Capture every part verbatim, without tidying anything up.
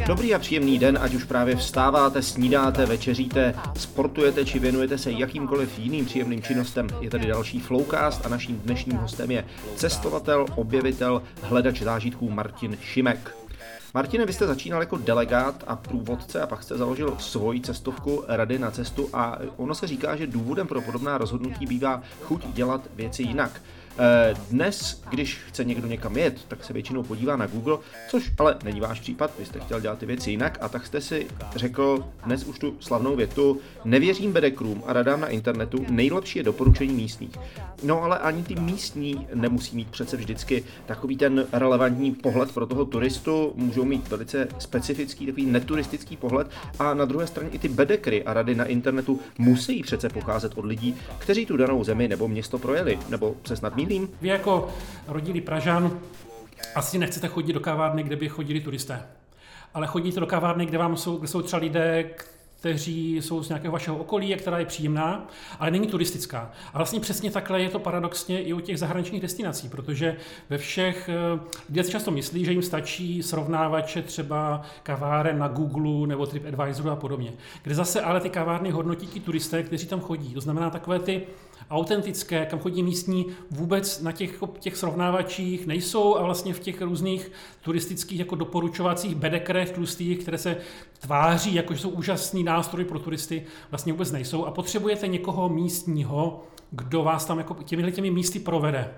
Dobrý a příjemný den, ať už právě vstáváte, snídáte, večeříte, sportujete či věnujete se jakýmkoliv jiným příjemným činnostem. Je tady další Flowcast a naším dnešním hostem je cestovatel, objevitel, hledač zážitků Martin Šimek. Martine, vy jste začínal jako delegát a průvodce a pak jste založil svoji cestovku Rady na cestu a ono se říká, že důvodem pro podobná rozhodnutí bývá chuť dělat věci jinak. Dnes, když chce někdo někam jet, tak se většinou podívá na Google, což ale není váš případ, vy jste chtěl dělat ty věci jinak a tak jste si řekl dnes už tu slavnou větu: nevěřím bedekrům a radám na internetu, nejlepší je doporučení místních. No ale ani ty místní nemusí mít přece vždycky takový ten relevantní pohled pro toho turistu, můžou mít velice specifický, takový neturistický pohled a na druhé straně i ty bedekry a rady na internetu musí přece pocházet od lidí, kteří tu danou zemi nebo město projeli, nebo se snad mýlím. Vy jako rodilý Pražan asi nechcete chodit do kavárny, kde by chodili turisté. Ale chodíte do kavárny, kde vám jsou, kde jsou třeba lidé, kteří jsou z nějakého vašeho okolí a která je příjemná, ale není turistická. A vlastně přesně takhle je to paradoxně i u těch zahraničních destinací, protože ve všech lidé si často myslí, že jim stačí srovnávače třeba kaváren na Google nebo TripAdvisoru a podobně. Kde zase ale ty kavárny hodnotí ti turisté, kteří tam chodí. To znamená takové ty autentické, kam chodí místní, vůbec na těch, těch srovnávačích nejsou a vlastně v těch různých turistických jako doporučovacích bedekrech tlustých, které se tváří, jako že jsou úžasný nástroj pro turisty, vlastně vůbec nejsou a potřebujete někoho místního, kdo vás tam jako těmi těmi místy provede.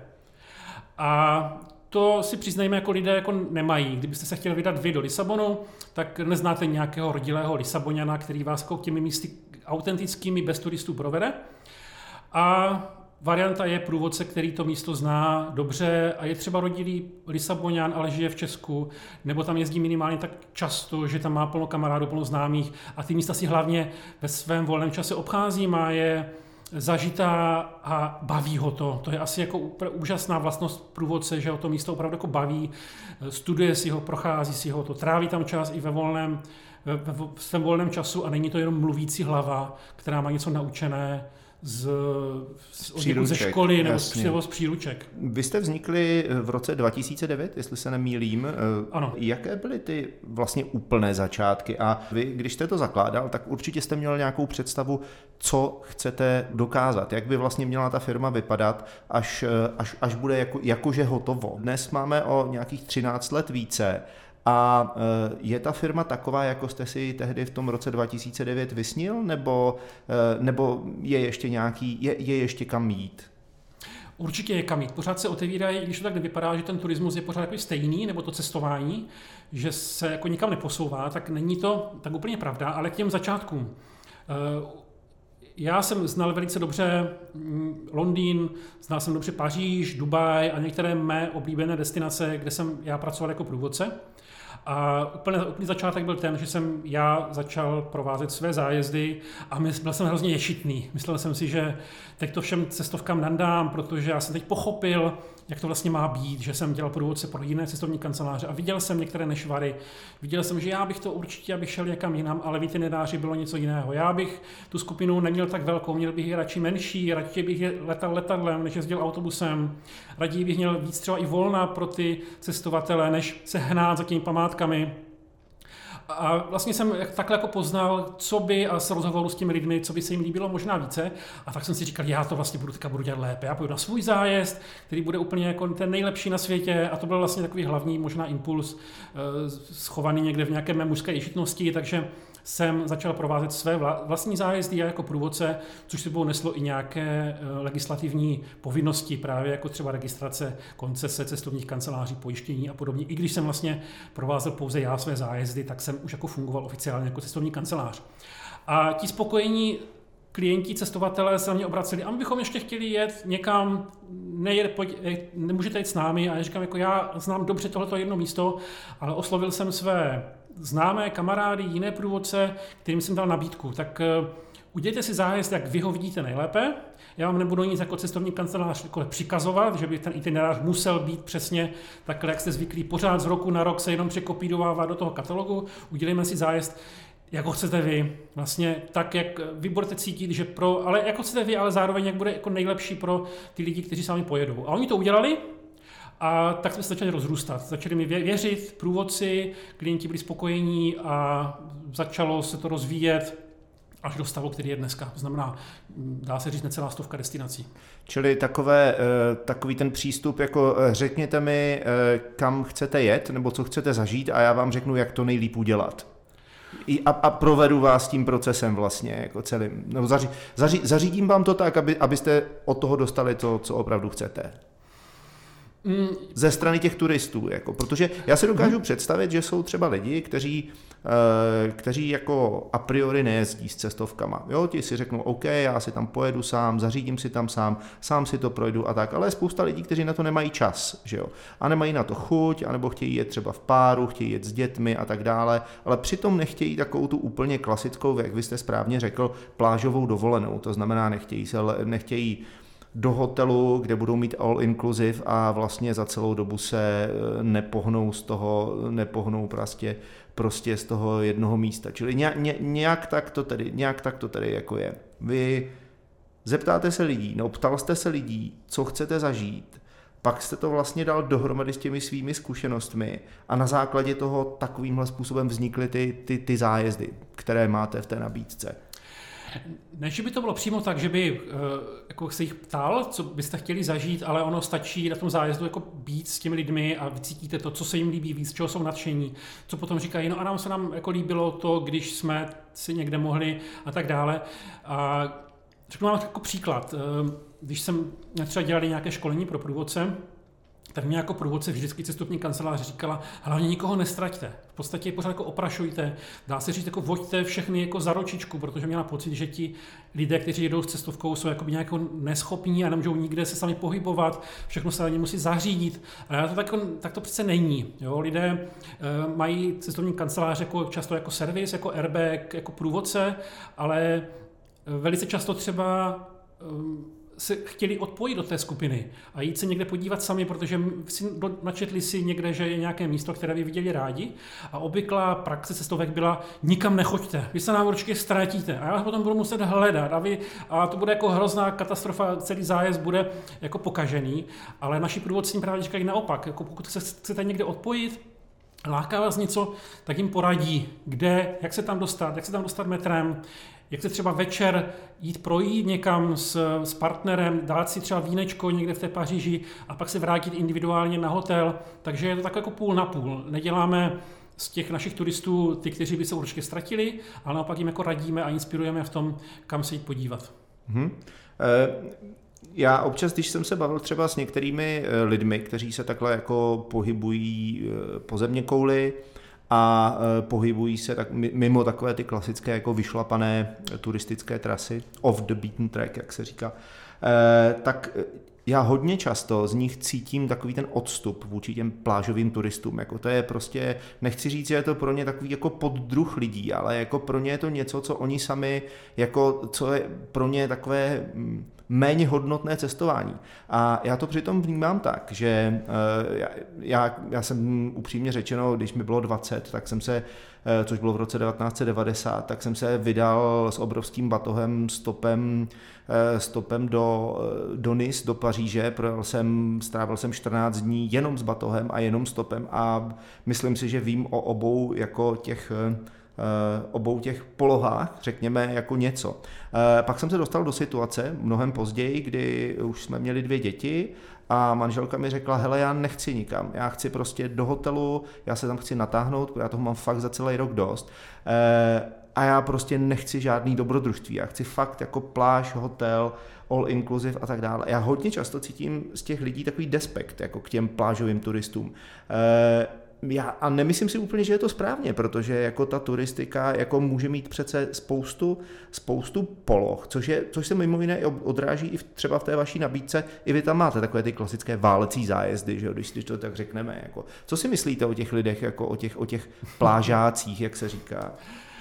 A to si přiznejme, jako lidé jako nemají. Kdybyste se chtěli vydat vy do Lisabonu, tak neznáte nějakého rodilého Lisaboniana, který vás jako těmi místy autentickými bez turistů provede. A varianta je průvodce, který to místo zná dobře a je třeba rodilý Lisabonian, ale žije v Česku, nebo tam jezdí minimálně tak často, že tam má plno kamarádů, plno známých a ty místa si hlavně ve svém volném čase obchází, má je zažitá a baví ho to. To je asi jako úžasná vlastnost průvodce, že ho to místo opravdu jako baví, studuje si ho, prochází si ho, to tráví tam čas i ve volném, ve, ve svém volném času a není to jenom mluvící hlava, která má něco naučené Z, z, ze školy nebo z, z příruček. Vy jste vznikli v roce dva tisíce devět, jestli se nemýlím. Ano. Jaké byly ty vlastně úplné začátky? A vy, když jste to zakládal, tak určitě jste měl nějakou představu, co chcete dokázat, jak by vlastně měla ta firma vypadat, až, až, až bude jako, jakože hotovo. Dnes máme o nějakých třináct let více. A je ta firma taková, jako jste si tehdy v tom roce dva tisíce devět vysnil, nebo, nebo je ještě nějaký, je, je ještě kam jít? Určitě je kam jít. Pořád se otevírají, když to tak vypadá, že ten turismus je pořád jako stejný, nebo to cestování, že se jako nikam neposouvá, tak není to tak úplně pravda, ale k těm začátkům. Já jsem znal velice dobře Londýn, znal jsem dobře Paříž, Dubaj a některé mé oblíbené destinace, kde jsem já pracoval jako průvodce. A úplně, úplný začátek byl ten, že jsem já začal provázet své zájezdy a byl jsem hrozně ješitný. Myslel jsem si, že teď to všem cestovkám nandám, protože já jsem teď pochopil, jak to vlastně má být, že jsem dělal průvodce pro jiné cestovní kanceláře a viděl jsem některé nešvary. Viděl jsem, že já bych to určitě, abych šel někam jinam, ale víte, nedáři bylo něco jiného. Já bych tu skupinu neměl tak velkou, měl bych ji radši menší, radši bych je letal letadlem, než jezdil autobusem. Raději bych měl víc třeba i volna pro ty cestovatele, než se hnát za těmi památkami. A vlastně jsem takhle jako poznal, co by a z rozhovoru s těmi lidmi, co by se jim líbilo možná více. A tak jsem si říkal, já to vlastně budu teďka budu dělat lépe. Já půjdu na svůj zájezd, který bude úplně jako ten nejlepší na světě. A to byl vlastně takový hlavní možná impuls schovaný někde v nějaké mé mužské ješitnosti, takže jsem začal provázet své vlastní zájezdy já jako průvodce, což sebou neslo i nějaké legislativní povinnosti, právě jako třeba registrace, koncese cestovních kanceláří, pojištění a podobně. I když jsem vlastně provázel pouze já své zájezdy, tak jsem už jako fungoval oficiálně jako cestovní kancelář. A ti spokojení klienti, cestovatelé se na mě obraceli, a my bychom ještě chtěli jet někam, nejed, pojď, nemůžete jít s námi. A já říkám, jako já znám dobře tohleto jedno místo, ale oslovil jsem své známé kamarády, jiné průvodce, kterým jsem dal nabídku. Tak uh, udělejte si zájezd, jak vy ho vidíte nejlépe. Já vám nebudu nic jako cestovní kancelář přikazovat, že by ten itinerář musel být přesně takhle, jak jste zvyklí, pořád z roku na rok se jenom překopírovává do toho katalogu. Udělejme si zájezd, jak ho chcete vy, vlastně tak, jak vy budete cítit, že pro, ale jako chcete vy, ale zároveň jak bude jako nejlepší pro ty lidi, kteří s vámi pojedou. A oni to udělali A tak jsme se začali rozrůstat. Začali mi věřit průvodci, klienti byli spokojení a začalo se to rozvíjet až do stavu, který je dneska. To znamená, dá se říct, necelá stovka destinací. Čili takové, takový ten přístup, jako řekněte mi, kam chcete jet, nebo co chcete zažít a já vám řeknu, jak to nejlíp udělat. A, a provedu vás tím procesem vlastně, jako celým. No, zaří, zaří, zařídím vám to tak, aby, abyste od toho dostali to, co opravdu chcete. Ze strany těch turistů, jako, protože já si dokážu hmm. představit, že jsou třeba lidi, kteří, e, kteří jako a priori nejezdí s cestovkama. Jo, ti si řeknou, OK, já si tam pojedu sám, zařídím si tam sám, sám si to projdu a tak, ale je spousta lidí, kteří na to nemají čas, že jo, a nemají na to chuť, anebo chtějí jet třeba v páru, chtějí jet s dětmi a tak dále, ale přitom nechtějí takovou tu úplně klasickou, jak vy jste správně řekl, plážovou dovolenou, to znamená, nechtějí se, nechtějí do hotelu, kde budou mít all inclusive a vlastně za celou dobu se nepohnou z toho, nepohnou prostě, prostě z toho jednoho místa. Čili nějak, nějak tak to tedy, nějak tak to tedy jako je. Vy zeptáte se lidí, no ptal jste se lidí, co chcete zažít, pak jste to vlastně dal dohromady s těmi svými zkušenostmi a na základě toho takovýmhle způsobem vznikly ty, ty, ty zájezdy, které máte v té nabídce. Ne, že by to bylo přímo tak, že by jako se jich ptal, co byste chtěli zažít, ale ono stačí na tom zájezdu jako být s těmi lidmi a vycítíte to, co se jim líbí víc, čeho jsou nadšení, co potom říkají, no a nám se nám jako líbilo to, když jsme si někde mohli a tak dále. A řeknu vám jako příklad, když jsem třeba dělali nějaké školení pro průvodce, tak mě jako průvodce vždycky cestovní kancelář říkala, hlavně nikoho nestraťte. V podstatě pořád jako oprašujte, dá se říct, jako voďte všechny jako za ručičku, protože měla pocit, že ti lidé, kteří jedou s cestovkou, jsou jako nějak neschopní a nemůžou nikde se sami pohybovat, všechno se na ně musí zařídit. Ale to tak, tak to přece není. Jo? Lidé e, mají cestovní kancelář jako, často jako servis, jako airbag, jako průvodce, ale velice často třeba e, se chtěli odpojit do té skupiny a jít se někde podívat sami, protože si načetli si někde, že je nějaké místo, které by viděli rádi a obvyklá praxe cestovek byla nikam nechoďte, vy se nám určitě ztratíte a já vás potom budu muset hledat a, vy, a to bude jako hrozná katastrofa, celý zájezd bude jako pokažený, ale naši průvodci právě říkají naopak, jako pokud se chcete někde odpojit, láká vás něco, tak jim poradí, kde, jak se tam dostat, jak se tam dostat metrem, jak se třeba večer jít projít někam s, s partnerem, dát si třeba vínečko někde v té Paříži a pak se vrátit individuálně na hotel. Takže je to tak jako půl na půl. Neděláme z těch našich turistů ty, kteří by se určitě ztratili, ale naopak jim jako radíme a inspirujeme v tom, kam se jít podívat. Hmm. E- Já občas, když jsem se bavil třeba s některými lidmi, kteří se takhle jako pohybují po zeměkouli a pohybují se tak mimo takové ty klasické jako vyšlapané turistické trasy, off the beaten track, jak se říká, tak já hodně často z nich cítím takový ten odstup vůči těm plážovým turistům. Jako to je prostě, nechci říct, že je to pro ně takový jako poddruh lidí, ale jako pro ně je to něco, co oni sami, jako co je pro ně takové méně hodnotné cestování. A já to přitom vnímám tak, že já, já, já jsem upřímně řečeno, když mi bylo dvacet, tak jsem se, což bylo v roce devatenáct set devadesát, tak jsem se vydal s obrovským batohem, stopem, stopem do, do Nice, do Paříže, projel jsem, strávil jsem čtrnáct dní jenom s batohem a jenom stopem a myslím si, že vím o obou jako těch obou těch polohách, řekněme, jako něco. Pak jsem se dostal do situace mnohem později, kdy už jsme měli dvě děti a manželka mi řekla, hele, já nechci nikam, já chci prostě do hotelu, já se tam chci natáhnout, já toho mám fakt za celý rok dost a já prostě nechci žádný dobrodružství, já chci fakt jako pláž, hotel, all inclusive a tak dále. Já hodně často cítím z těch lidí takový despekt jako k těm plážovým turistům. Já, a nemyslím si úplně, že je to správně, protože jako ta turistika jako může mít přece spoustu, spoustu poloh, což, je, což se mimo jiné odráží i v, třeba v té vaší nabídce. I vy tam máte takové ty klasické válecí zájezdy, že jo, když, když to tak řekneme. Jako. Co si myslíte o těch lidech, jako o těch, o těch plážácích, jak se říká?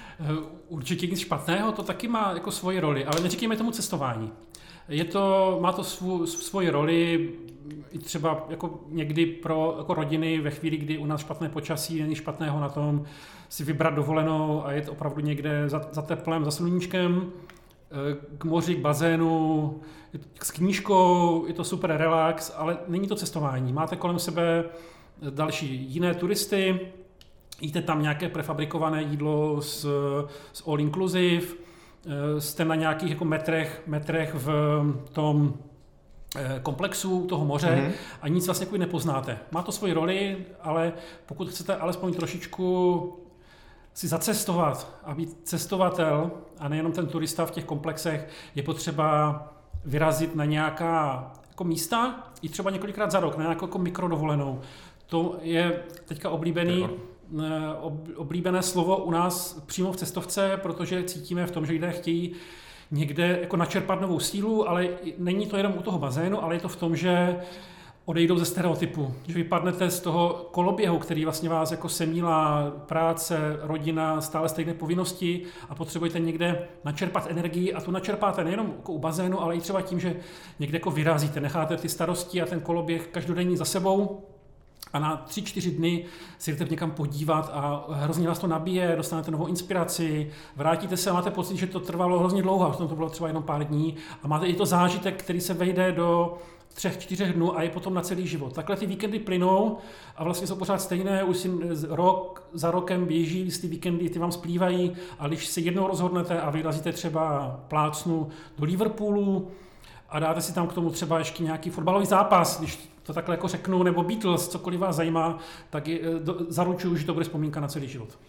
Určitě nic špatného, to taky má jako svoji roli, ale neříkejme tomu cestování. Je to, má to svou, svoji roli i třeba jako někdy pro jako rodiny ve chvíli, kdy u nás špatné počasí, není špatného na tom si vybrat dovolenou a jet opravdu někde za, za teplem, za sluníčkem. k moři, k bazénu, s knížkou, je to super relax, ale není to cestování. Máte kolem sebe další jiné turisty, jíte tam nějaké prefabrikované jídlo s, s all inclusive, jste na nějakých jako metrech, metrech v tom komplexu toho moře mm-hmm. a nic vlastně jako nepoznáte. Má to svoji roli, ale pokud chcete alespoň trošičku si zacestovat a být cestovatel a nejenom ten turista v těch komplexech, je potřeba vyrazit na nějaká jako místa, i třeba několikrát za rok, na nějakou jako mikrodovolenou. To je teďka oblíbený, oblíbené slovo u nás přímo v cestovce, protože cítíme v tom, že lidé chtějí někde jako načerpat novou sílu, ale není to jenom u toho bazénu, ale je to v tom, že odejdou ze stereotypu, že vypadnete z toho koloběhu, který vlastně vás jako semílá práce, rodina, stále stejné povinnosti a potřebujete někde načerpat energii a tu načerpáte nejenom jako u bazénu, ale i třeba tím, že někde jako vyrazíte, necháte ty starosti a ten koloběh každodenní za sebou a na tři, čtyři dny si jdete někam podívat a hrozně vás to nabíje, dostanete novou inspiraci, vrátíte se a máte pocit, že to trvalo hrozně dlouho, a to bylo třeba jenom pár dní a máte i to zážitek, který se vejde do třech, čtyřech dnů a je potom na celý život. Takhle ty víkendy plynou a vlastně jsou pořád stejné, už si rok za rokem běží, ty víkendy ty vám splývají a když si jednou rozhodnete a vyrazíte třeba plácnu do Liverpoolu a dáte si tam k tomu třeba ještě nějaký fotbalový zápas, když to takhle jako řeknu, nebo Beatles, cokoliv vás zajímá, tak je, do, zaručuju, že to bude vzpomínka na celý život.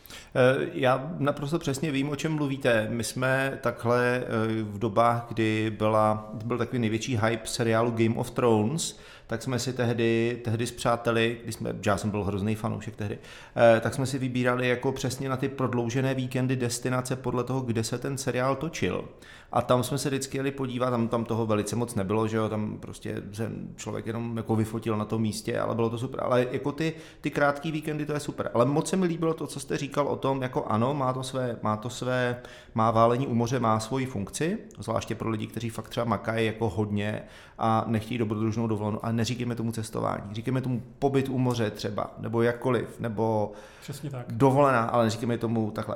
Já naprosto přesně vím, o čem mluvíte. My jsme takhle v dobách, kdy byla, byl takový největší hype seriálu Game of Thrones, tak jsme si tehdy, tehdy s přáteli, když jsme, já jsem byl hrozný fanoušek tehdy, tak jsme si vybírali jako přesně na ty prodloužené víkendy destinace podle toho, kde se ten seriál točil. A tam jsme se vždycky jeli podívat, tam, tam toho velice moc nebylo, že jo, tam prostě se člověk jenom jako vyfotil na tom místě, ale bylo to super. Ale jako ty, ty krátký víkendy, to je super. Ale moc se mi líbilo to, co jste říkal o tom, jako ano, má to své, má to své, má válení u moře, má svoji funkci, zvláště pro lidi, kteří fakt třeba makají jako hodně a nechtějí dobrodružnou dovolenou. A neříkejme tomu cestování, říkejme tomu pobyt u moře třeba, nebo jakkoliv, nebo přesně tak. Dovolená, ale neříkejme tomu takhle.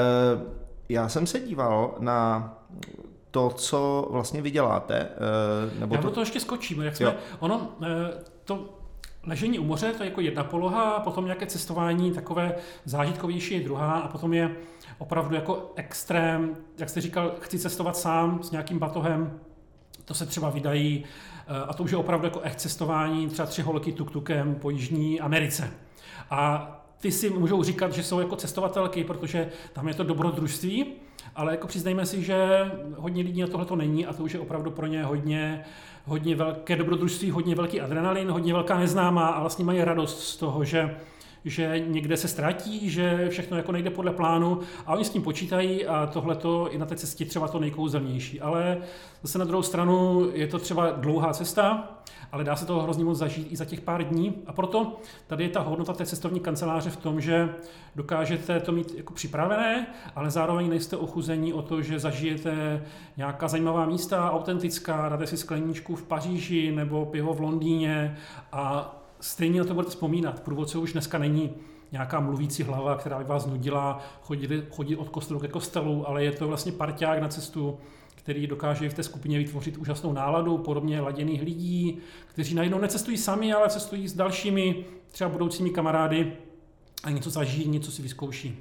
E, já jsem se díval na to, co vlastně vy děláte. Nebo Já to... do toho ještě skočím. Jak jsme, ono, to ležení u moře, to je jako jedna poloha, potom nějaké cestování, takové zážitkovější je druhá a potom je opravdu jako extrém, jak jste říkal, chci cestovat sám s nějakým batohem, to se třeba vydají a to už je opravdu jako echt cestování, třeba tři holky tuk-tukem po Jižní Americe. A ty si můžou říkat, že jsou jako cestovatelky, protože tam je to dobrodružství, ale jako přiznejme si, že hodně lidí na tohle to není a to už je opravdu pro ně hodně, hodně velké dobrodružství, hodně velký adrenalin, hodně velká neznámá a vlastně mají radost z toho, že že někde se ztratí, že všechno jako nejde podle plánu a oni s tím počítají a tohleto i na té cestě třeba to nejkouzelnější. Ale zase na druhou stranu je to třeba dlouhá cesta, ale dá se toho hrozně moc zažít i za těch pár dní a proto tady je ta hodnota té cestovní kanceláře v tom, že dokážete to mít jako připravené, ale zároveň nejste ochuzení o to, že zažijete nějaká zajímavá místa, autentická, dáte si skleničku v Paříži nebo pivo v Londýně a stejně na to budete vzpomínat. Průvodce už dneska není nějaká mluvící hlava, která by vás nudila chodit, chodit od kostelu ke kostelu, ale je to vlastně parťák na cestu, který dokáže v té skupině vytvořit úžasnou náladu, podobně laděných lidí, kteří najednou necestují sami, ale cestují s dalšími třeba budoucími kamarády a něco zažijí, něco si vyzkouší.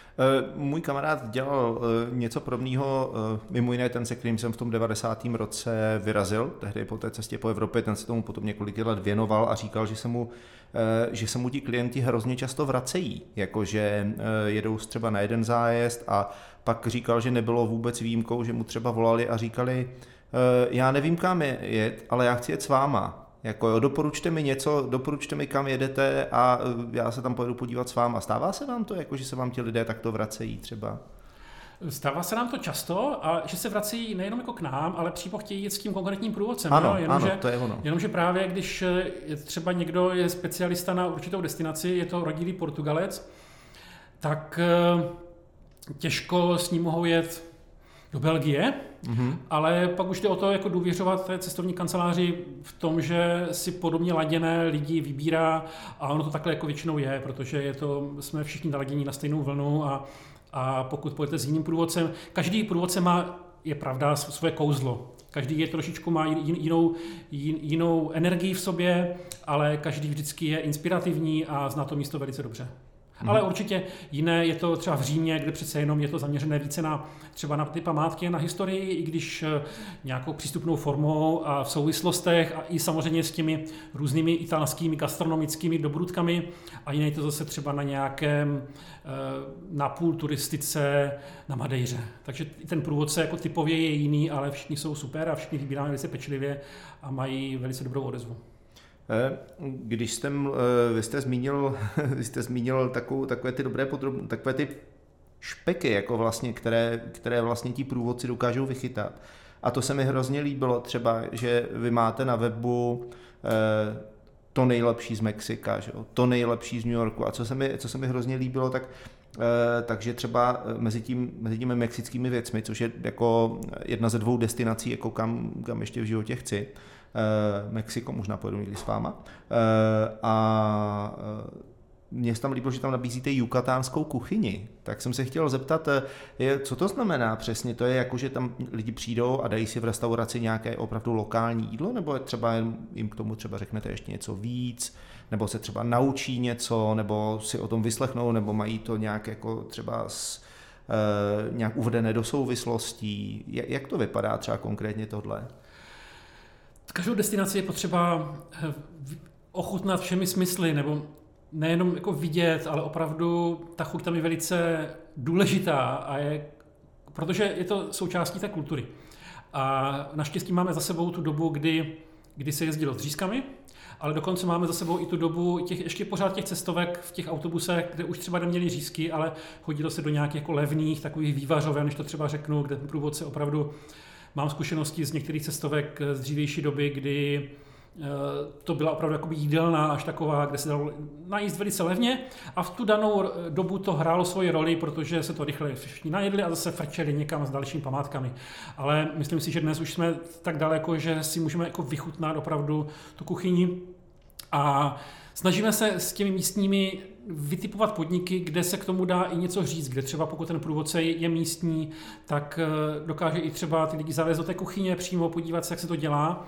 Můj kamarád dělal něco podobného, mimo jiné ten, se kterým jsem v tom devadesátém roce vyrazil, tehdy po té cestě po Evropě, ten se tomu potom několik let věnoval a říkal, že se mu, že se mu ti klienti hrozně často vracejí, jakože jedou třeba na jeden zájezd a pak říkal, že nebylo vůbec výjimkou, že mu třeba volali a říkali, já nevím, kam jet, ale já chci jet s váma. Jako jo, doporučte mi něco, doporučte mi, kam jedete a já se tam pojedu podívat s váma. Stává se vám to, jako že se vám ti lidé takto vracejí třeba? Stává se nám to často, a že se vracejí nejenom jako k nám, ale přímo chtějí jít s tím konkrétním průvodcem. Ano, no? Jenom, ano, že, to je ono. Jenomže právě, když je třeba někdo je specialista na určitou destinaci, je to rodilý Portugalec, tak těžko s ním mohou jet do Belgie, mm-hmm. ale pak už jde o to jako důvěřovat té cestovní kanceláři v tom, že si podobně laděné lidi vybírá a ono to takhle jako většinou je, protože je to, jsme všichni naladění na stejnou vlnu a, a pokud pojete s jiným průvodcem, každý průvodce má je pravda, svoje kouzlo. Každý je trošičku má jinou, jinou energii v sobě, ale každý vždycky je inspirativní a zná to místo velice dobře. Hmm. Ale určitě jiné je to třeba v Římě, kde přece jenom je to zaměřené více na třeba na ty památky, na historii, i když nějakou přístupnou formou a v souvislostech a i samozřejmě s těmi různými italskými gastronomickými dobrutkami a jiné je to zase třeba na nějakém napůl turistice na Madejře. Takže ten průvodce jako typově je jiný, ale všichni jsou super a všichni vybíráme velice pečlivě a mají velice dobrou odezvu. Když jste, vy jste zmínil, vy jste zmínil takovou, takové ty dobré podrobnosti, takové ty špeky, jako vlastně, které, které vlastně ti průvodci dokážou vychytat. A to se mi hrozně líbilo třeba, že vy máte na webu eh, to nejlepší z Mexika, že jo? To nejlepší z New Yorku. A co se mi, co se mi hrozně líbilo, tak eh, takže třeba mezi, tím, mezi těmi mexickými věcmi, což je jako jedna ze dvou destinací, jako kam, kam ještě v životě chci, Uh, Mexiko, možná pojedu někdy s váma. Uh, a uh, mně se tam líbilo, že tam nabízíte jukatánskou kuchyni. Tak jsem se chtěl zeptat, je, co to znamená přesně? To je jako, že tam lidi přijdou a dají si v restauraci nějaké opravdu lokální jídlo, nebo je třeba jim k tomu třeba řeknete ještě něco víc, nebo se třeba naučí něco, nebo si o tom vyslechnou, nebo mají to nějak jako třeba s, uh, nějak uvedené do souvislostí. Jak to vypadá třeba konkrétně tohle? Každou destinaci je potřeba ochutnat všemi smysly, nebo nejenom jako vidět, ale opravdu ta chuť tam je velice důležitá, a je, protože je to součástí té kultury. A naštěstí máme za sebou tu dobu, kdy, kdy se jezdilo s řízkami, ale dokonce máme za sebou i tu dobu těch, ještě pořád těch cestovek v těch autobusech, kde už třeba neměli řízky, ale chodilo se do nějakých jako levných takových vývařoven, než to třeba řeknu, kde ten průvodce opravdu. Mám zkušenosti z některých cestovek z dřívější doby, kdy to byla opravdu jakoby jídelna až taková, kde se dalo najíst velice levně a v tu danou dobu to hrálo svoji roli, protože se to rychle všichni najedli a zase frčeli někam s dalšími památkami. Ale myslím si, že dnes už jsme tak daleko, že si můžeme jako vychutnat opravdu tu kuchyni a snažíme se s těmi místními vytipovat podniky, kde se k tomu dá i něco říct, kde třeba pokud ten průvodce je místní, tak dokáže i třeba ty lidi zavést do té kuchyně, přímo podívat se, jak se to dělá.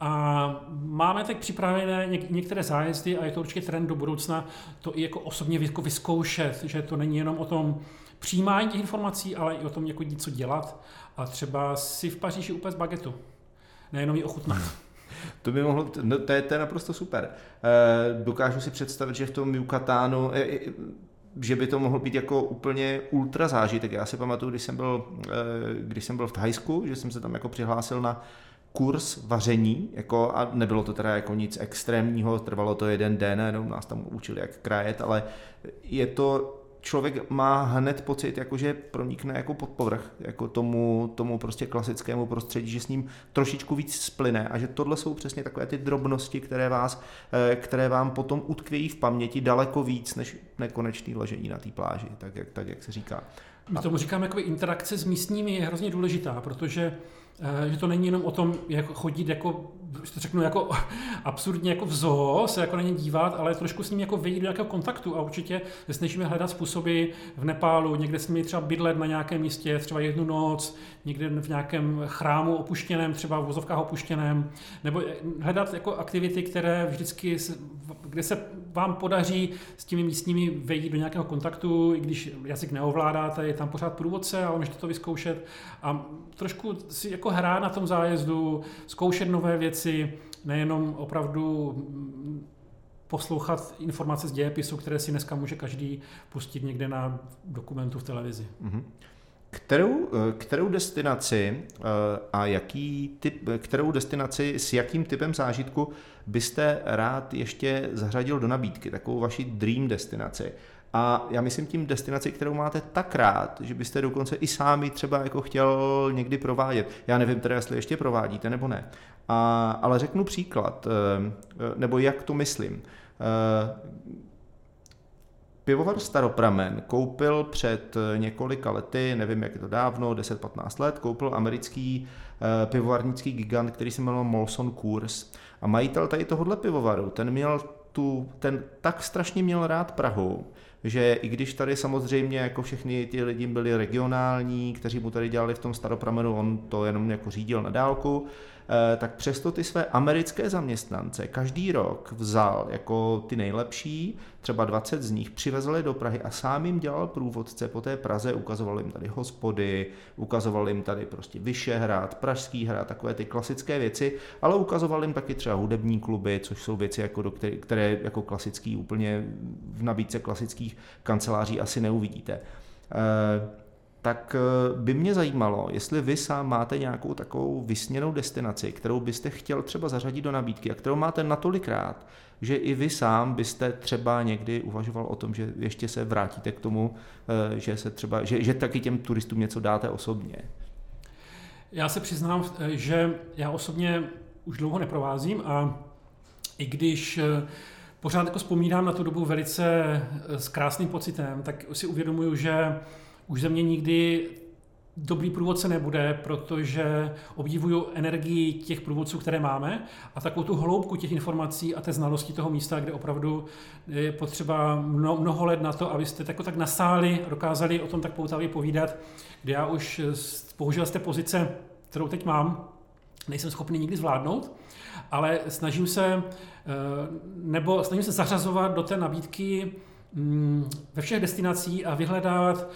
A máme tak připravené některé zájezdy a je to určitě trend do budoucna to i jako osobně jako vyzkoušet, že to není jenom o tom přijímání těch informací, ale i o tom jako něco dělat a třeba si v Paříži upéct bagetu, nejenom ji ochutnat. To by mohlo, no to je, to je naprosto super. E, dokážu si představit, že v tom Yucatánu, e, že by to mohlo být jako úplně ultra zážitek. Já si pamatuju, když jsem byl, e, když jsem byl v Thajsku, že jsem se tam jako přihlásil na kurz vaření, jako, a nebylo to teda jako nic extrémního, trvalo to jeden den, jenom nás tam učili, jak krájet, ale je to, člověk má hned pocit, jako že pronikne jako pod povrch, jako tomu, tomu prostě klasickému prostředí, že s ním trošičku víc splyne a že tohle jsou přesně takové ty drobnosti, které, vás, které vám potom utkvějí v paměti daleko víc, než nekonečný ležení na té pláži, tak jak, tak jak se říká. My tomu říkáme, jako interakce s místními je hrozně důležitá, protože že to není jenom o tom, jak chodit jako, to řeknu jako absurdně jako v zoo, se jako na ně dívat, ale trošku s ním jako vejít do nějakého kontaktu a určitě se snažíme hledat způsoby v Nepálu, někde s nimi třeba bydlet na nějakém místě, třeba jednu noc, někde v nějakém chrámu opuštěném, třeba v vozovkách opuštěném, nebo hledat jako aktivity, které vždycky, kde se vám podaří s těmi místními vejít do nějakého kontaktu, i když jazyk neovládáte, je tam pořád průvodce, ale můžete to vyzkoušet a trošku si jako hrát na tom zájezdu, zkoušet nové věci, nejenom opravdu poslouchat informace z dějepisu, které si dneska může každý pustit někde na dokumentu v televizi. Mm-hmm. Kterou, kterou destinaci a jaký typ, kterou destinaci s jakým typem zážitku byste rád ještě zařadil do nabídky, takovou vaši dream destinaci? A já myslím tím destinaci, kterou máte tak rád, že byste dokonce i sami třeba jako chtěl někdy provádět. Já nevím teda, jestli ještě provádíte nebo ne. A, ale řeknu příklad, nebo jak to myslím. Pivovar Staropramen koupil před několika lety, nevím jak je to dávno, deset patnáct let, koupil americký pivovarnický gigant, který se jmenoval Molson Coors. A majitel tady tohohle pivovaru, ten měl tu, ten tak strašně měl rád Prahu, že i když tady samozřejmě jako všechny ty lidi byli regionální, kteří mu tady dělali v tom Staropramenu, on to jenom jako řídil na dálku, tak přesto ty své americké zaměstnance každý rok vzal jako ty nejlepší, třeba dvacet z nich přivezli do Prahy a sám jim dělal průvodce po té Praze, ukazoval jim tady hospody, ukazoval jim tady prostě Vyšehrad, Pražský hrad, takové ty klasické věci, ale ukazoval jim taky třeba hudební kluby, což jsou věci, jako do které, které jako klasický úplně v nabídce klasických kanceláří asi neuvidíte. E- tak by mě zajímalo, jestli vy sám máte nějakou takovou vysněnou destinaci, kterou byste chtěl třeba zařadit do nabídky a kterou máte natolikrát, že i vy sám byste třeba někdy uvažoval o tom, že ještě se vrátíte k tomu, že se třeba, že, že taky těm turistům něco dáte osobně. Já se přiznám, že já osobně už dlouho neprovázím a i když pořád jako vzpomínám na tu dobu velice s krásným pocitem, tak si uvědomuju, že už ze mě nikdy dobrý průvodce nebude, protože obdivuju energii těch průvodců, které máme a takovou tu hloubku těch informací a té znalosti toho místa, kde opravdu je potřeba mnoho let na to, abyste tako tak nasáli a dokázali o tom tak poutavě povídat, kde já už bohužel z té pozice, kterou teď mám, nejsem schopný nikdy zvládnout, ale snažím se, nebo snažím se zařazovat do té nabídky ve všech destinacích a vyhledávat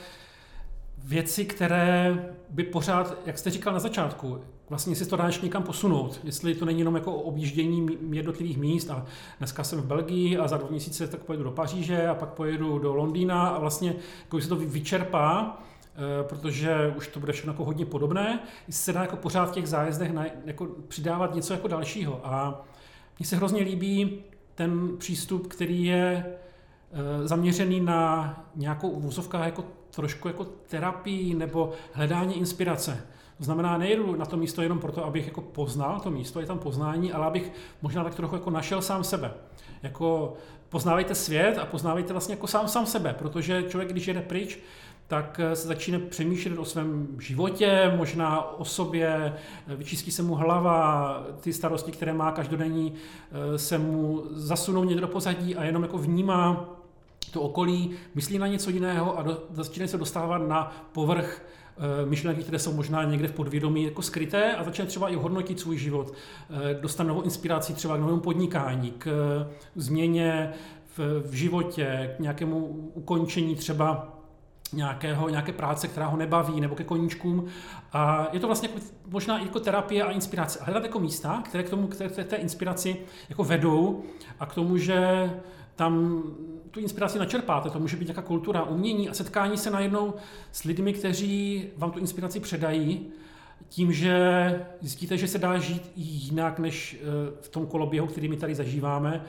věci, které by pořád, jak jste říkal na začátku, vlastně si to dá ještě někam posunout, jestli to není jenom jako objíždění jednotlivých míst a dneska jsem v Belgii a za dva měsíce tak pojedu do Paříže a pak pojedu do Londýna a vlastně jako se to vyčerpá, protože už to bude všechno jako hodně podobné, jestli se dá jako pořád v těch zájezdech na, jako přidávat něco jako dalšího a mně se hrozně líbí ten přístup, který je zaměřený na nějakou uvozovkách jako trošku jako terapii nebo hledání inspirace. To znamená, nejedu na to místo jenom proto, abych jako poznal to místo, je tam poznání, ale abych možná tak trochu jako našel sám sebe. Jako poznávejte svět a poznávejte vlastně jako sám sám sebe, protože člověk, když jede pryč, tak se začíná přemýšlet o svém životě, možná o sobě, vyčistí se mu hlava, ty starosti, které má každodenní, se mu zasunou někdo do pozadí a jenom jako vnímá to okolí, myslí na něco jiného a do, začíná se dostávat na povrch e, myšlenky, které jsou možná někde v podvědomí jako skryté a začíná třeba i hodnotit svůj život, e, dostat novou inspiraci třeba k novému podnikání, k e, změně v, v životě, k nějakému ukončení třeba nějakého, nějaké práce, která ho nebaví, nebo ke koníčkům. A je to vlastně jako, možná i jako terapie a inspirace. A hledat jako místa, které k tomu, které k té inspiraci jako vedou a k tomu, že tam tu inspiraci načerpáte, to může být nějaká kultura, umění a setkání se najednou s lidmi, kteří vám tu inspiraci předají, tím, že zjistíte, že se dá žít jinak, než v tom koloběhu, který my tady zažíváme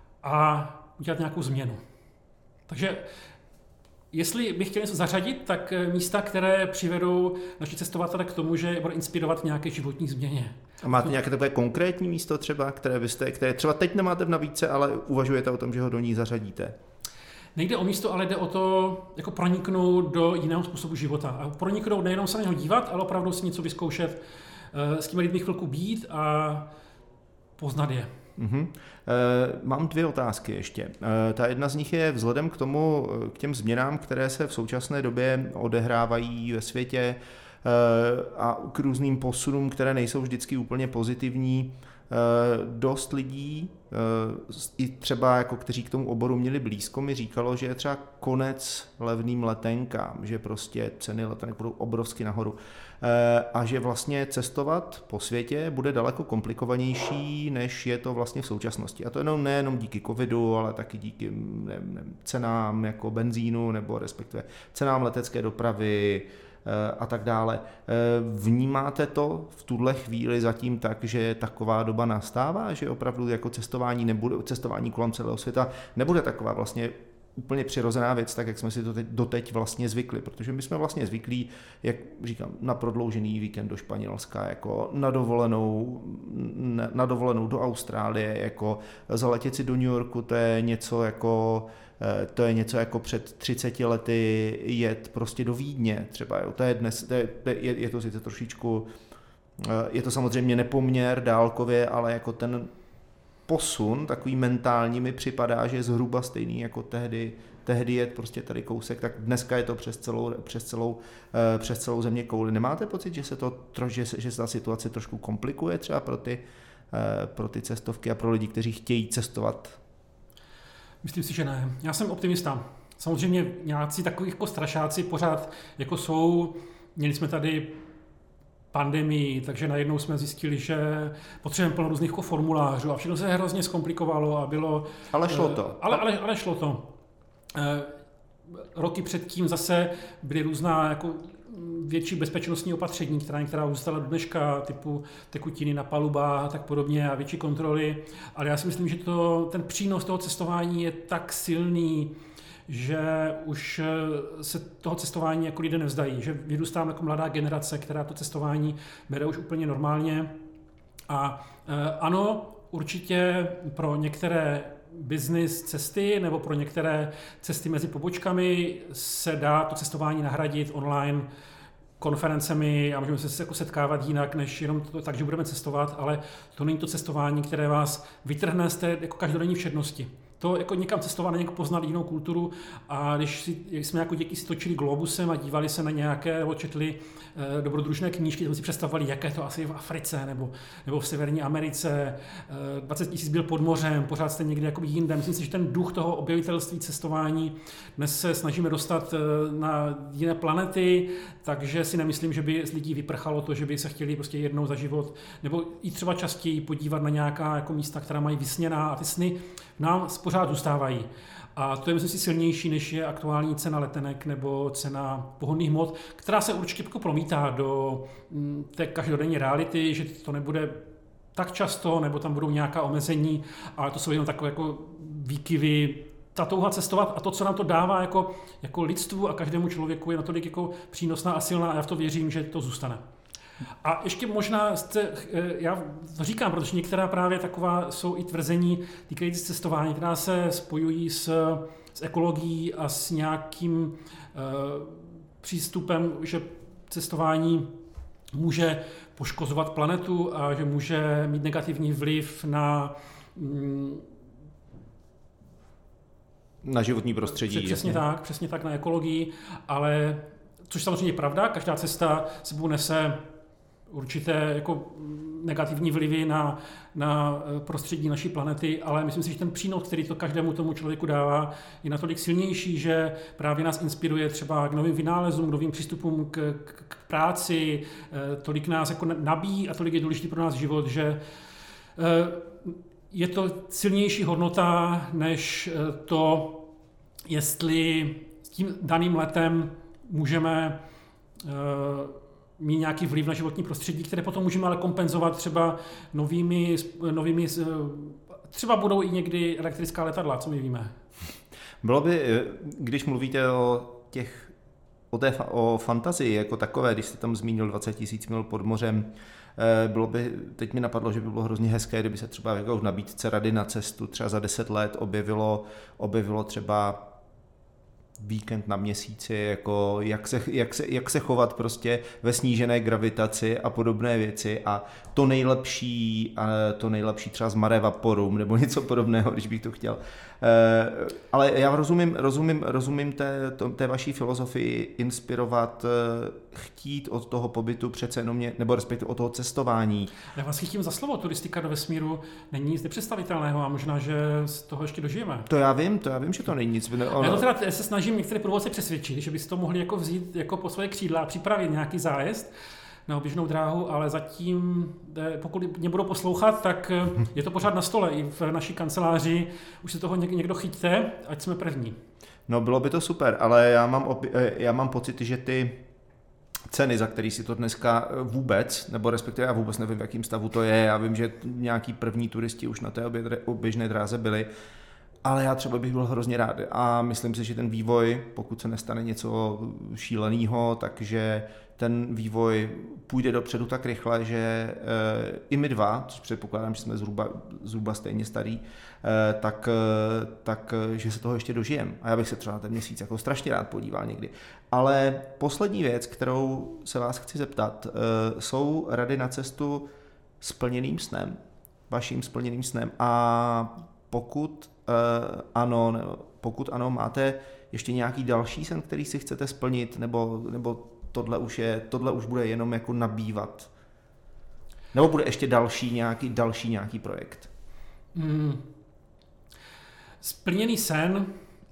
a udělat nějakou změnu. Takže jestli bych chtěl něco zařadit, tak místa, které přivedou naši cestovatele k tomu, že bude inspirovat v nějaké životní změně. A máte nějaké takové konkrétní místo třeba, které byste, které třeba teď nemáte v nabídce, ale uvažujete o tom, že ho do ní zařadíte? Nejde o místo, ale jde o to jako proniknout do jiného způsobu života. A proniknout nejenom se na něho dívat, ale opravdu si něco vyzkoušet, s těmi lidmi chvilku být a poznat je. Uhum. E, mám dvě otázky ještě. E, ta jedna z nich je vzhledem k tomu, k těm změnám, které se v současné době odehrávají ve světě e, a k různým posunům, které nejsou vždycky úplně pozitivní. E, dost lidí, e, i třeba jako kteří k tomu oboru měli blízko, mi říkalo, že je třeba konec levným letenkám, že prostě ceny letenek budou obrovsky nahoru. A že vlastně cestovat po světě bude daleko komplikovanější, než je to vlastně v současnosti. A to jenom nejenom díky covidu, ale taky díky nevím, nevím, cenám jako benzínu nebo respektive cenám letecké dopravy a tak dále. Vnímáte to v tuhle chvíli zatím tak, že taková doba nastává, že opravdu jako cestování nebude, cestování kolem celého světa nebude taková vlastně úplně přirozená věc, tak jak jsme si to teď, doteď vlastně zvykli, protože my jsme vlastně zvyklí, jak říkám, na prodloužený víkend do Španělska, jako na dovolenou, na dovolenou do Austrálie, jako zaletět si do New Yorku, to je něco jako to je něco jako před třiceti lety jet prostě do Vídně třeba, jo. To je dnes, to je, je, je to sice trošičku, je to samozřejmě nepoměr dálkově, ale jako ten posun, takový mentální mi připadá, že je zhruba stejný jako tehdy tehdy jet prostě tady kousek, tak dneska je to přes celou, přes celou, přes celou země kouli. Nemáte pocit, že se to, že se, že se ta situace trošku komplikuje třeba pro ty, pro ty cestovky a pro lidi, kteří chtějí cestovat? Myslím si, že ne. Já jsem optimista. Samozřejmě nějací takový jako strašáci pořád jako jsou. Měli jsme tady pandemii, takže najednou jsme zjistili, že potřebujeme plno různých jako formulářů a všechno se hrozně zkomplikovalo a bylo... Ale šlo to. Ale, ale, ale šlo to. Roky předtím zase byly různá jako větší bezpečnostní opatření, která některá zůstala do dneška, typu tekutiny na palubách a tak podobně a větší kontroly. Ale já si myslím, že to, ten přínos toho cestování je tak silný, že už se toho cestování jako lidé nevzdají, že vyrůstám jako mladá generace, která to cestování bere už úplně normálně. A ano, určitě pro některé business cesty nebo pro některé cesty mezi pobočkami se dá to cestování nahradit online konferencemi a můžeme se jako setkávat jinak, než jenom to, tak, že budeme cestovat, ale to není to cestování, které vás vytrhne z té jako každodenní všednosti. To jako někam cestovat, někam poznat jinou kulturu a když si, jak jsme jako děti si točili globusem a dívali se na nějaké, nebo četli e, dobrodružné knížky, jsme si představovali, jaké to asi je v Africe nebo, nebo v Severní Americe, e, dvacet tisíc byl pod mořem, pořád jste někde jakoby jinde. Myslím si, že ten duch toho objevitelství, cestování, dnes se snažíme dostat e, na jiné planety, takže si nemyslím, že by z lidí vyprchalo to, že by se chtěli prostě jednou za život, nebo i třeba častěji podívat na nějaká jako místa, která mají vysněná a ty sny nám pořád zůstávají. A to je, myslím si, silnější, než je aktuální cena letenek nebo cena pohonných hmot, která se určitě promítá do té každodenní reality, že to nebude tak často, nebo tam budou nějaká omezení, ale to jsou jenom takové jako výkyvy. Ta touha cestovat a to, co nám to dává jako, jako lidstvu a každému člověku, je natolik jako přínosná a silná a já v to věřím, že to zůstane. A ještě možná, jste, já to říkám, protože některá právě taková jsou i tvrzení týkající cestování, která se spojují s, s ekologií a s nějakým uh, přístupem, že cestování může poškozovat planetu a že může mít negativní vliv na um, na životní prostředí. Přesně jasně. tak, přesně tak na ekologii, ale což samozřejmě je pravda, každá cesta sebou nese určité jako negativní vlivy na, na prostředí naší planety, ale myslím si, že ten přínos, který to každému tomu člověku dává, je natolik silnější, že právě nás inspiruje třeba k novým vynálezům, k novým přístupům k, k, k práci, tolik nás jako nabíjí a tolik je důležitý pro nás život, že je to silnější hodnota, než to, jestli s tím daným letem můžeme mít nějaký vliv na životní prostředí, které potom můžeme ale kompenzovat třeba novými, novými třeba budou i někdy elektrická letadla, co my víme. Bylo by, když mluvíte o těch, o té o fantazii jako takové, když jste tam zmínil dvacet tisíc mil pod mořem, bylo by, teď mi napadlo, že by bylo hrozně hezké, kdyby se třeba jako v nabídce rady na cestu třeba za deset let objevilo, objevilo třeba víkend na měsíci, jako jak se, jak, se, jak se chovat prostě ve snížené gravitaci a podobné věci a to nejlepší, a to nejlepší třeba z Mare Vaporum nebo něco podobného, když bych to chtěl. Ale já rozumím, rozumím, rozumím té, té vaší filozofii inspirovat, chtít od toho pobytu přece jenom, mě, nebo respektive od toho cestování. Já vás chytím za slovo, turistika do vesmíru není nic nepředstavitelného a možná, že z toho ještě dožijeme. To já vím, to já vím, že to není nic. Ale... Já to teda se snažím některé průvodce přesvědčit, že byste to mohli jako vzít jako po svoje křídla a připravit nějaký zájezd na oběžnou dráhu, ale zatím, pokud mě budou poslouchat, tak je to pořád na stole. I v naší kanceláři už se toho někdo chyťte, ať jsme první. No bylo by to super, ale já mám, opi- já mám pocit, že ty ceny, za který si to dneska vůbec, nebo respektive já vůbec nevím, v jakém stavu to je, já vím, že nějaký první turisti už na té oběžné dráze byli, ale já třeba bych byl hrozně rád a myslím si, že ten vývoj, pokud se nestane něco šíleného, takže ten vývoj půjde dopředu tak rychle, že e, i my dva, což předpokládám, že jsme zhruba, zhruba stejně starý, e, tak, e, tak, že se toho ještě dožijem. A já bych se třeba na ten měsíc jako strašně rád podíval někdy. Ale poslední věc, kterou se vás chci zeptat, e, jsou rady na cestu s plněným snem, vaším splněným snem. A pokud ano, pokud ano, máte ještě nějaký další sen, který si chcete splnit, nebo, nebo tohle už je, tohle už bude jenom jako nabývat? Nebo bude ještě další nějaký, další nějaký projekt? Hmm. Splněný sen,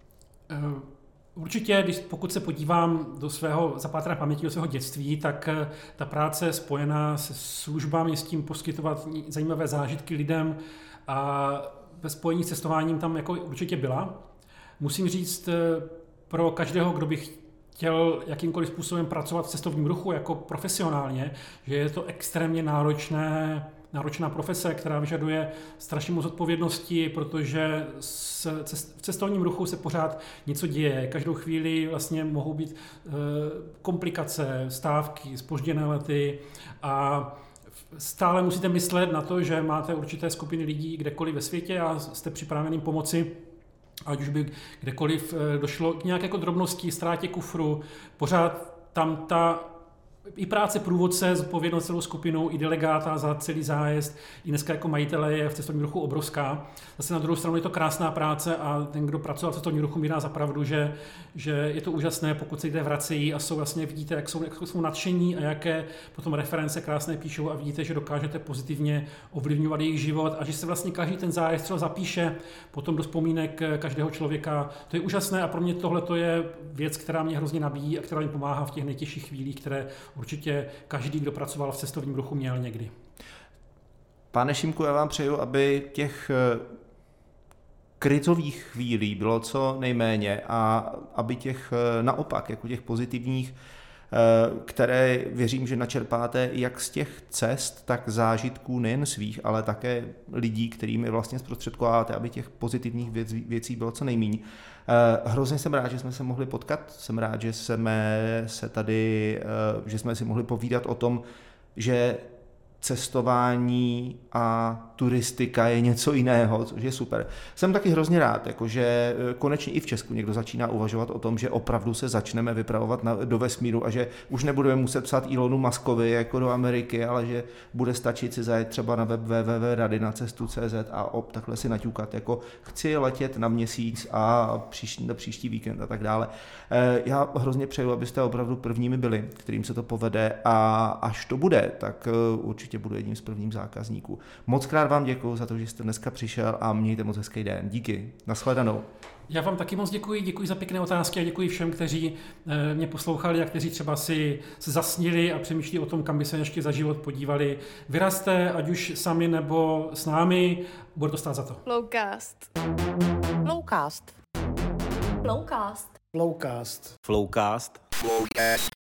určitě, když, pokud se podívám do svého zapátrané paměti, do svého dětství, tak ta práce spojená se službami, s tím poskytovat zajímavé zážitky lidem a ve spojení s cestováním tam jako určitě byla. Musím říct, pro každého, kdo by chtěl jakýmkoliv způsobem pracovat v cestovním ruchu jako profesionálně, že je to extrémně náročné, náročná profese, která vyžaduje strašně moc odpovědnosti, protože v cestovním ruchu se pořád něco děje. Každou chvíli vlastně mohou být komplikace, stávky, zpožděné lety a stále musíte myslet na to, že máte určité skupiny lidí kdekoliv ve světě a jste připraveným pomoci, ať už by kdekoliv došlo k nějaké jako drobnosti, ztrátě kufru, pořád tam ta i práce průvodce, zodpovědnost celou skupinou, i delegáta za celý zájezd, i dneska jako majitele je v cestovním ruchu obrovská. Zase na druhou stranu je to krásná práce a ten, kdo pracoval v cestovním ruchu, mi dá za pravdu, že, že je to úžasné, pokud se lidé vracejí a jsou vlastně, vidíte, jak jsou, jak jsou nadšení a jaké potom reference krásné píšou a vidíte, že dokážete pozitivně ovlivňovat jejich život a že se vlastně každý ten zájezd třeba zapíše potom do vzpomínek každého člověka. To je úžasné a pro mě tohle to je věc, která mě hrozně nabíjí a která mi pomáhá v těch nejtěžších chvílích, které určitě každý, kdo pracoval v cestovním ruchu, měl někdy. Pane Šimku, já vám přeju, aby těch krizových chvílí bylo co nejméně a aby těch naopak, jako těch pozitivních, které věřím, že načerpáte jak z těch cest, tak zážitků nejen svých, ale také lidí, kterými vlastně zprostředkováváte, aby těch pozitivních věc, věcí bylo co nejméně. Hrozně jsem rád, že jsme se mohli potkat, jsem rád, že jsme se tady, že jsme si mohli povídat o tom, že cestování a turistika je něco jiného, což je super. Jsem taky hrozně rád, jakože konečně i v Česku někdo začíná uvažovat o tom, že opravdu se začneme vypravovat na, do vesmíru a že už nebudeme muset psát Elonu Muskovi jako do Ameriky, ale že bude stačit si zajet třeba na web w w w tečka rady na cestu tečka c z a op, takhle si naťukat, jako chci letět na měsíc a příští, na příští víkend a tak dále. Já hrozně přeju, abyste opravdu prvními byli, kterým se to povede a až to bude, tak určitě budu jedním z prvních zákazníků. Moc krát vám děkuji za to, že jste dneska přišel a mějte moc hezký den. Díky. Nashledanou. Já vám taky moc děkuji, děkuji za pěkné otázky a děkuji všem, kteří mě poslouchali a kteří třeba si se zasnili a přemýšlí o tom, kam by se ještě za život podívali. Vyrazte, ať už sami nebo s námi, bude to stát za to. Flowcast. Flowcast. Flowcast. Flowcast. Flowcast. Flowcast.